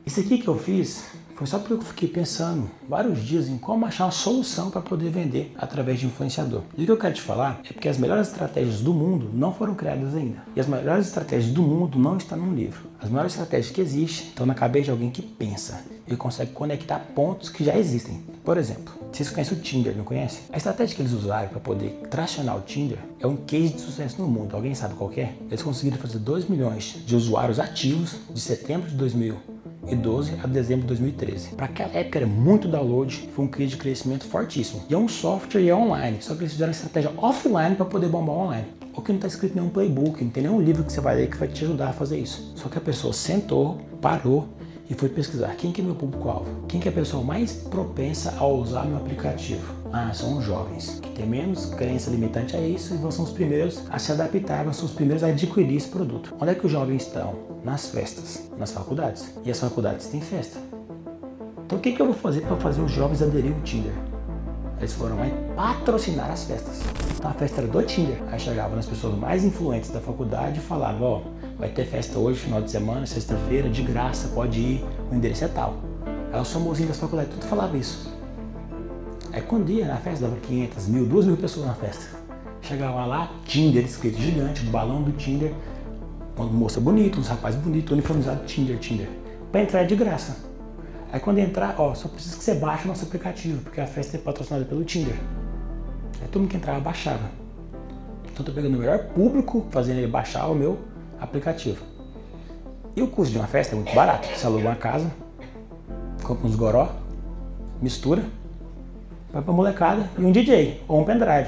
Isso aqui que eu fiz foi só porque eu fiquei pensando vários dias em como achar uma solução para poder vender através de influenciador. E o que eu quero te falar é porque as melhores estratégias do mundo não foram criadas ainda. E as melhores estratégias do mundo não estão num livro. As melhores estratégias que existem estão na cabeça de alguém que pensa e consegue conectar pontos que já existem. Por exemplo, vocês conhecem o Tinder, não conhecem? A estratégia que eles usaram para poder tracionar o Tinder é um case de sucesso no mundo. Alguém sabe qual que é? Eles conseguiram fazer 2 milhões de usuários ativos de setembro de 2012 a dezembro de 2013. Para aquela época era muito download, foi um case de crescimento fortíssimo. E é um software e é online, só que eles fizeram estratégia offline para poder bombar online. O que não está escrito em nenhum playbook, não tem nenhum livro que você vai ler que vai te ajudar a fazer isso. Só que a pessoa sentou, parou e foi pesquisar quem que é meu público-alvo, quem que é a pessoa mais propensa a usar meu aplicativo. Ah, são os jovens, que tem menos crença limitante a isso e são os primeiros a se adaptar, são os primeiros a adquirir esse produto. Onde é que os jovens estão? Nas festas, nas faculdades. E as faculdades têm festa. Então o que eu vou fazer para fazer os jovens aderirem ao Tinder? Eles foram lá e patrocinar as festas. Então a festa era do Tinder. Aí chegavam as pessoas mais influentes da faculdade e falavam, ó, vai ter festa hoje, final de semana, sexta-feira, de graça, pode ir, o endereço é tal. Aí os famosinhos das faculdades, tudo falava isso. Aí quando ia na festa, dava 500, 1.000, 2.000 pessoas na festa. Chegava lá, Tinder escrito gigante, o balão do Tinder, uma moça bonita, uns rapazes bonitos, uniformizado, Tinder. Pra entrar é de graça. Aí quando entrar, ó, só precisa que você baixe o nosso aplicativo, porque a festa é patrocinada pelo Tinder. Aí todo mundo que entrava baixava. Então eu tô pegando o melhor público, fazendo ele baixar o meu aplicativo. E o custo de uma festa é muito barato. Você aluga uma casa, compra uns goró, mistura, vai pra molecada e um DJ ou um pendrive.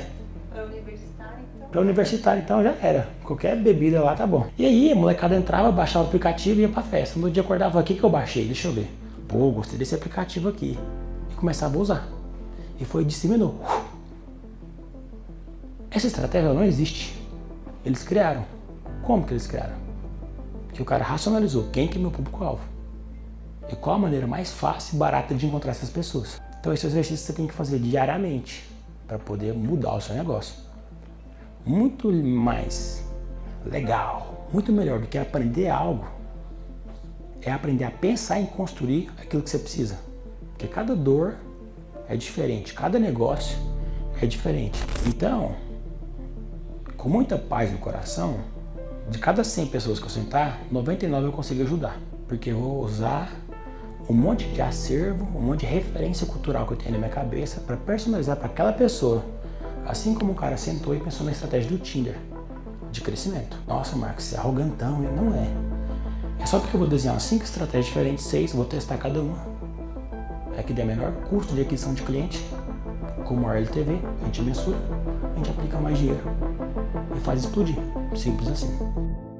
Para universitário, então já era. Qualquer bebida lá tá bom. E aí a molecada entrava, baixava o aplicativo e ia pra festa. No dia acordava, aqui que eu baixei, deixa eu ver. Pô, gostei desse aplicativo aqui. E começava a usar. E foi disseminou. Essa estratégia não existe. Eles criaram. Como que eles criaram? Que o cara racionalizou quem que é meu público-alvo. E qual a maneira mais fácil e barata de encontrar essas pessoas. Então esse exercício você tem que fazer diariamente para poder mudar o seu negócio. Muito mais legal, muito melhor do que aprender algo é aprender a pensar em construir aquilo que você precisa. Porque cada dor é diferente, cada negócio é diferente. Então, com muita paz no coração, de cada 100 pessoas que eu sentar, 99 eu consigo ajudar. Porque eu vou usar um monte de acervo, um monte de referência cultural que eu tenho na minha cabeça para personalizar para aquela pessoa. Assim como o cara sentou e pensou na estratégia do Tinder, de crescimento. Nossa, Marcos, você é arrogantão, hein? Não é. É só porque eu vou desenhar 5 estratégias diferentes, 6, vou testar cada uma. É que der menor custo de aquisição de cliente, com o maior LTV, a gente mensura, a gente aplica mais dinheiro e faz explodir. Simples assim.